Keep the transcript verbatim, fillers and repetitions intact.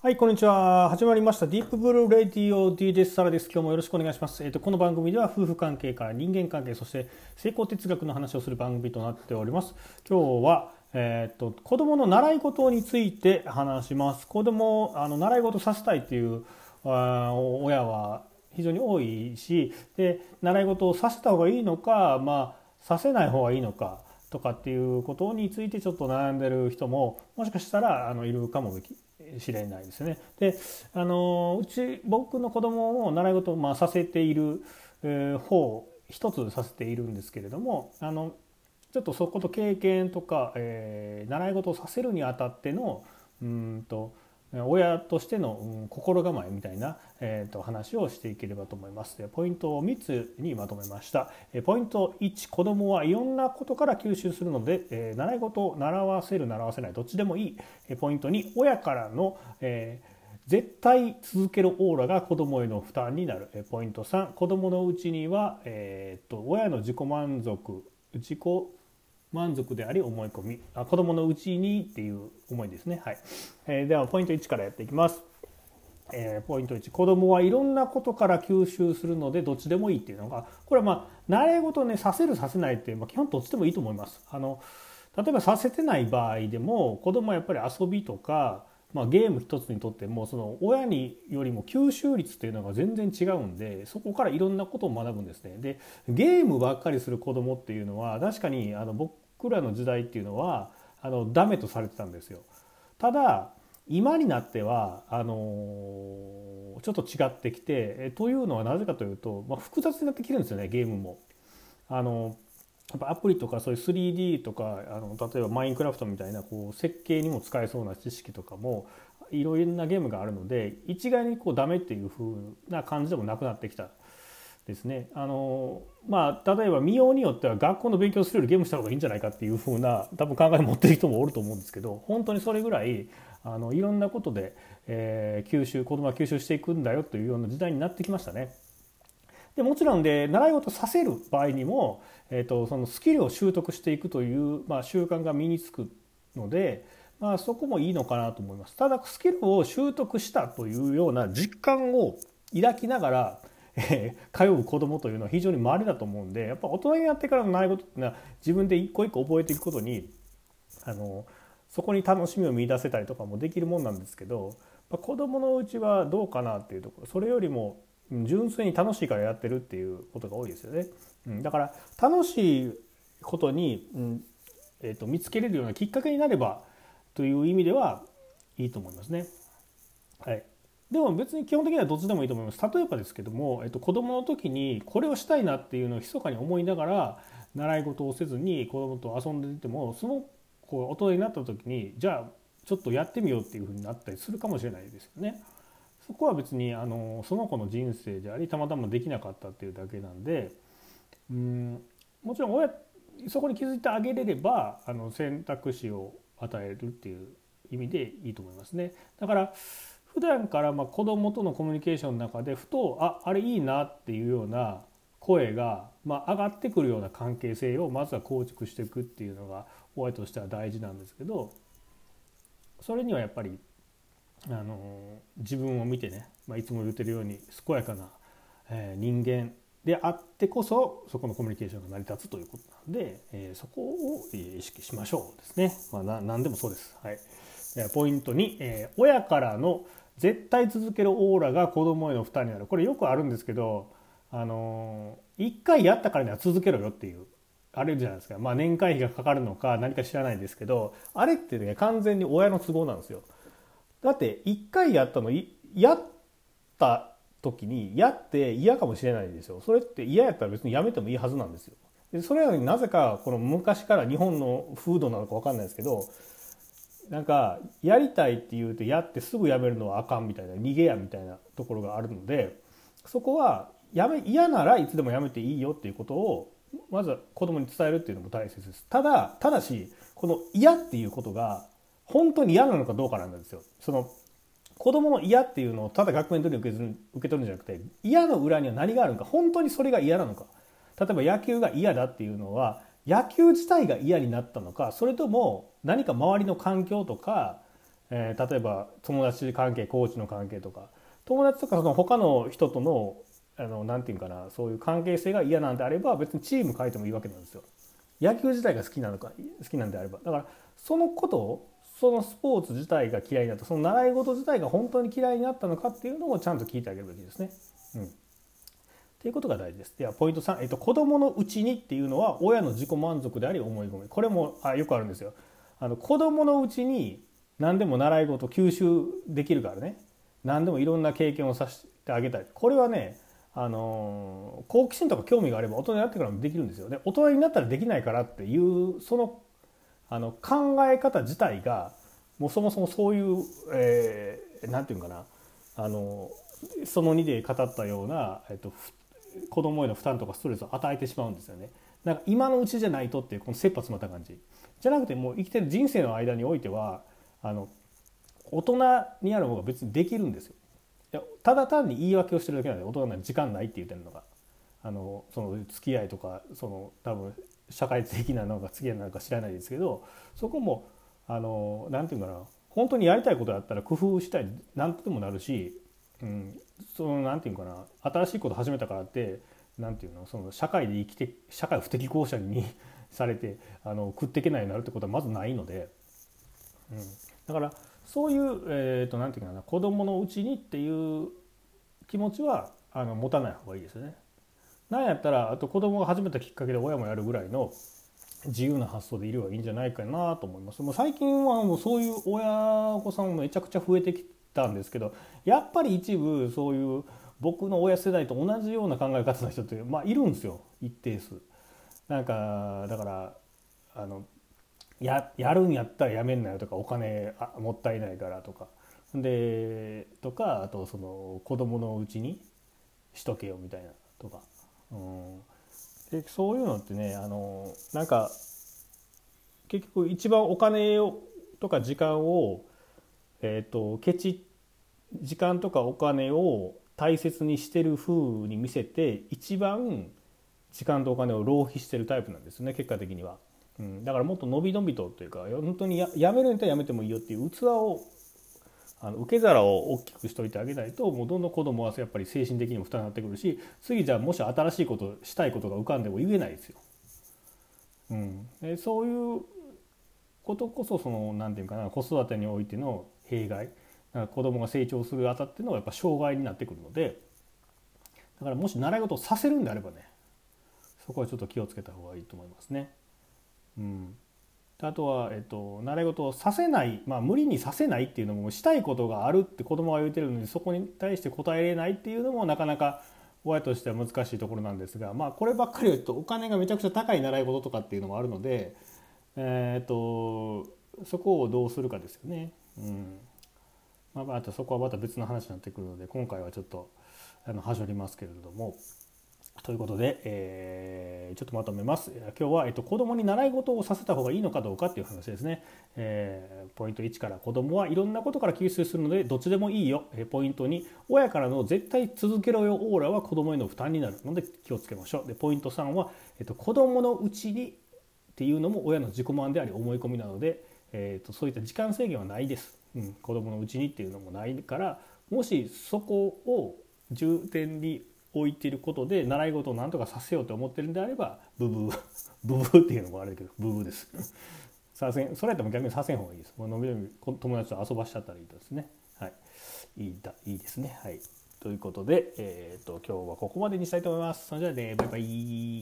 はい、こんにちは。始まりました。ディープブルーレディオ ディージェー サラです。今日もよろしくお願いします。えっと、この番組では夫婦関係から人間関係、そして成功哲学の話をする番組となっております。今日は、えっと、子供の習い事について話します。子供をあの習い事させたいというあ親は非常に多いし、で、習い事をさせた方がいいのか、まあ、させない方がいいのか、とかっていうことについてちょっと悩んでる人ももしかしたらあのいるかもしれないですね。で、あのうち僕の子供も習い事をまあさせている、えー、方一つさせているんですけれども、あのちょっとそこと経験とか、えー、習い事をさせるにあたってのうんと親としての、うん、心構えみたいな、えー、と話をしていければと思います。でポイントをみっつにまとめました。ポイントいち、子どもはいろんなことから吸収するので、えー、習い事を習わせる習わせないどっちでもいい。ポイントに、親からの、えー絶対続けるオーラが子どもへの負担になる。ポイントさん、子どものうちには、えー、と親の自己満足自己満足であり思い込み、あ子どものうちにっていう思いですね。はい。えー、ではポイントいちからやっていきます。えー、ポイントいち、子どもはいろんなことから吸収するのでどっちでもいいっていうのが、これはまあ習い事をねさせるさせないって、まあ、基本どっちでもいいと思います。あの例えばさせてない場合でも子どもはやっぱり遊びとか、まあ、ゲーム一つにとってもその親によりも吸収率っていうのが全然違うんで、そこからいろんなことを学ぶんですね。でゲームばっかりする子どもっていうのは確かにあの僕らの時代っていうのはあのダメとされてたんですよ。ただ今になってはあのーちょっと違ってきて、えというのはなぜかというと、まあ、複雑になってきてるんですよね、ゲームも。あのやっぱアプリとかそういう スリーディー とかあの例えばマインクラフトみたいなこう設計にも使えそうな知識とかもいろいろなゲームがあるので、一概にこうダメっていう風な感じでもなくなってきたですね。あのまあ例えば見ようによっては学校の勉強するよりゲームした方がいいんじゃないかっていう風な多分考えを持ってる人もおると思うんですけど、本当にそれぐらいあのいろんなことで、えー、吸収子供は吸収していくんだよというような時代になってきましたね。でもちろんで習い事させる場合にも、えー、とそのスキルを習得していくという、まあ、習慣が身につくので、まあ、そこもいいのかなと思います。ただスキルを習得したというような実感を抱きながら、えー、通う子どもというのは非常に稀だと思うんで、やっぱ大人になってからの習い事っていうのは自分で一個一個覚えていくことにあのそこに楽しみを見出せたりとかもできるもんなんですけど、まあ、子どものうちはどうかなっていうところ、それよりも純粋に楽しいからやってるっていうことが多いですよね。うん、だから楽しいことに、うんえー、と見つけれるようなきっかけになればという意味ではいいと思いますね。はい、でも別に基本的にはどっちでもいいと思います。例えばですけども、えっと、子供の時にこれをしたいなっていうのを密かに思いながら習い事をせずに子供と遊んでいても、そのこう大人になった時にじゃあちょっとやってみようっていうふうになったりするかもしれないですよね。そこは別にあのその子の人生でありたまたまできなかったっていうだけなんで、うんもちろん親そこに気づいてあげれればあの選択肢を与えるっていう意味でいいと思いますね。だから普段からまあ子どもとのコミュニケーションの中でふとああれいいなっていうような声がまあ上がってくるような関係性をまずは構築していくっていうのが親としては大事なんですけど、それにはやっぱりあの自分を見てね、まあ、いつも言ってるように健やかな、えー、人間であってこそそこのコミュニケーションが成り立つということなんで、えー、そこを意識しましょうですね。まあ、な何でもそうです。はい、ポイントに、えー、親からの絶対続けるオーラが子供への負担になる。これよくあるんですけど、あのー、いっかいやったからには続けろよっていうあれじゃないですか。まあ年会費がかかるのか何か知らないですけど、あれってね完全に親の都合なんですよ。だっていっかいやったのやった時にやって嫌かもしれないですよ。それって嫌やったら別にやめてもいいはずなんですよ。でそれなのになぜかこの昔から日本の風土なのか分かんないですけど、なんかやりたいって言うとやってすぐやめるのはあかんみたいな、逃げやみたいなところがあるので、そこはやめ嫌ならいつでもやめていいよっていうことをまずは子供に伝えるっていうのも大切です。ただただしこの嫌っていうことが本当に嫌なのかどうかなんですよ。その子供の嫌っていうのをただ額面通り受け取るんじゃなくて、嫌の裏には何があるのか、本当にそれが嫌なのか。例えば野球が嫌だっていうのは野球自体が嫌になったのか、それとも何か周りの環境とかえー、例えば友達関係、コーチの関係とか、友達とかその他の人とのあのなんていうかな、そういう関係性が嫌なんであれば別にチーム変えてもいいわけなんですよ。野球自体が好きなのか好きなんであれば。だからそのことを、そのスポーツ自体が嫌いになった、その習い事自体が本当に嫌いになったのかっていうのをちゃんと聞いてあげるべきですね。うん。っていうことが大事です。ではポイントさん、えっと、子どものうちにっていうのは親の自己満足であり思い込み。これもあよくあるんですよ。あの子どものうちに何でも習い事吸収できるからね、何でもいろんな経験をさせてあげたい。これはね、あの好奇心とか興味があれば大人になってからもできるんですよ。で大人になったらできないからっていうそのあの考え方自体がもうそもそもそういう、えー、なんていうのかな、あのそのにで語ったような、えっと、子供への負担とかストレスを与えてしまうんですよね。なんか今のうちじゃないとっていうこの切羽詰まった感じじゃなくて、もう生きてる人生の間においてはあの大人になる方が別にできるんですよ。いやただ単に言い訳をしてるだけなんで、大人になる時間ないって言ってるのが、あのその付き合いとかその多分社会的なのが付き合いなのか知らないですけど、そこもあのなんていうかな、本当にやりたいことだったら工夫したり何とでもなるし、うん、そのなんていうかな、新しいこと始めたからってなんていうの、その社会で生きて社会不適合者にされてあの食っていけないようになるってことはまずないので、うん、だからそういう、えー、となんていうかな、子供のうちにっていう気持ちはあの持たない方がいいですよね。なんやったらあと子供が始めたきっかけで親もやるぐらいの自由な発想でいればいいんじゃないかなと思います。もう最近はもうそういう親御さんもめちゃくちゃ増えてきたんですけど、やっぱり一部そういう僕の親世代と同じような考え方の人ってまあいるんですよ、一定数。なんかだからあの や, やるんやったらやめんなよとか、お金あもったいないからとかでとか、あとその子供のうちにしとけよみたいなとか、うん、でそういうのってね、あのなんか結局一番お金をとか時間を、えー、とケチ時間とかお金を大切にしてる風に見せて、一番時間とお金を浪費してるタイプなんですね、結果的には。うん、だからもっと伸び伸びとというか、本当に や, やめるんだったらやめてもいいよっていう器を、あの受け皿を大きくしといてあげないと、もうどんどん子供はやっぱり精神的にも負担になってくるし、次じゃあもし新しいことしたいことが浮かんでも言えないですよ。うん、でそういうことこそ、そのなんていうかな、子育てにおいての弊害、なんか子供が成長するあたっていうのはやっぱ障害になってくるので、だからもし習い事をさせるんであればね、そこはちょっと気をつけた方がいいと思いますね。うん、あとは、えっと、習い事をさせない、まあ、無理にさせないっていうのも、したいことがあるって子供が言ってるのにそこに対して答えれないっていうのもなかなか親としては難しいところなんですが、まあ、こればっかり言うとお金がめちゃくちゃ高い習い事とかっていうのもあるので、えー、っとそこをどうするかですよね。うんまあ、あとそこはまた別の話になってくるので、今回はちょっとあのはしょりますけれども。ということで、えー、ちょっとまとめます。今日は、えっと、子供に習い事をさせた方がいいのかどうかっていう話ですね。えー、ポイントいちから、子供はいろんなことから吸収するのでどっちでもいいよ。ポイントに、親からの絶対続けろよオーラは子供への負担になるので気をつけましょう。でポイントさんは、えっと、子供のうちにっていうのも親の自己満であり思い込みなので、えー、とそういった時間制限はないです。うん、子供のうちにっていうのもないから、もしそこを重点に置いていることで習い事を何とかさせようと思ってるんであれば、ブブーブブーっていうのもあれだけどブブーですさせん、それやったら逆にさせん方がいいです。もうのびのび友達と遊ばしちゃったらいいですね。はい、いいだいいですね。はい、ということで、えー、と今日はここまでにしたいと思います。それじゃあね、バイバイ。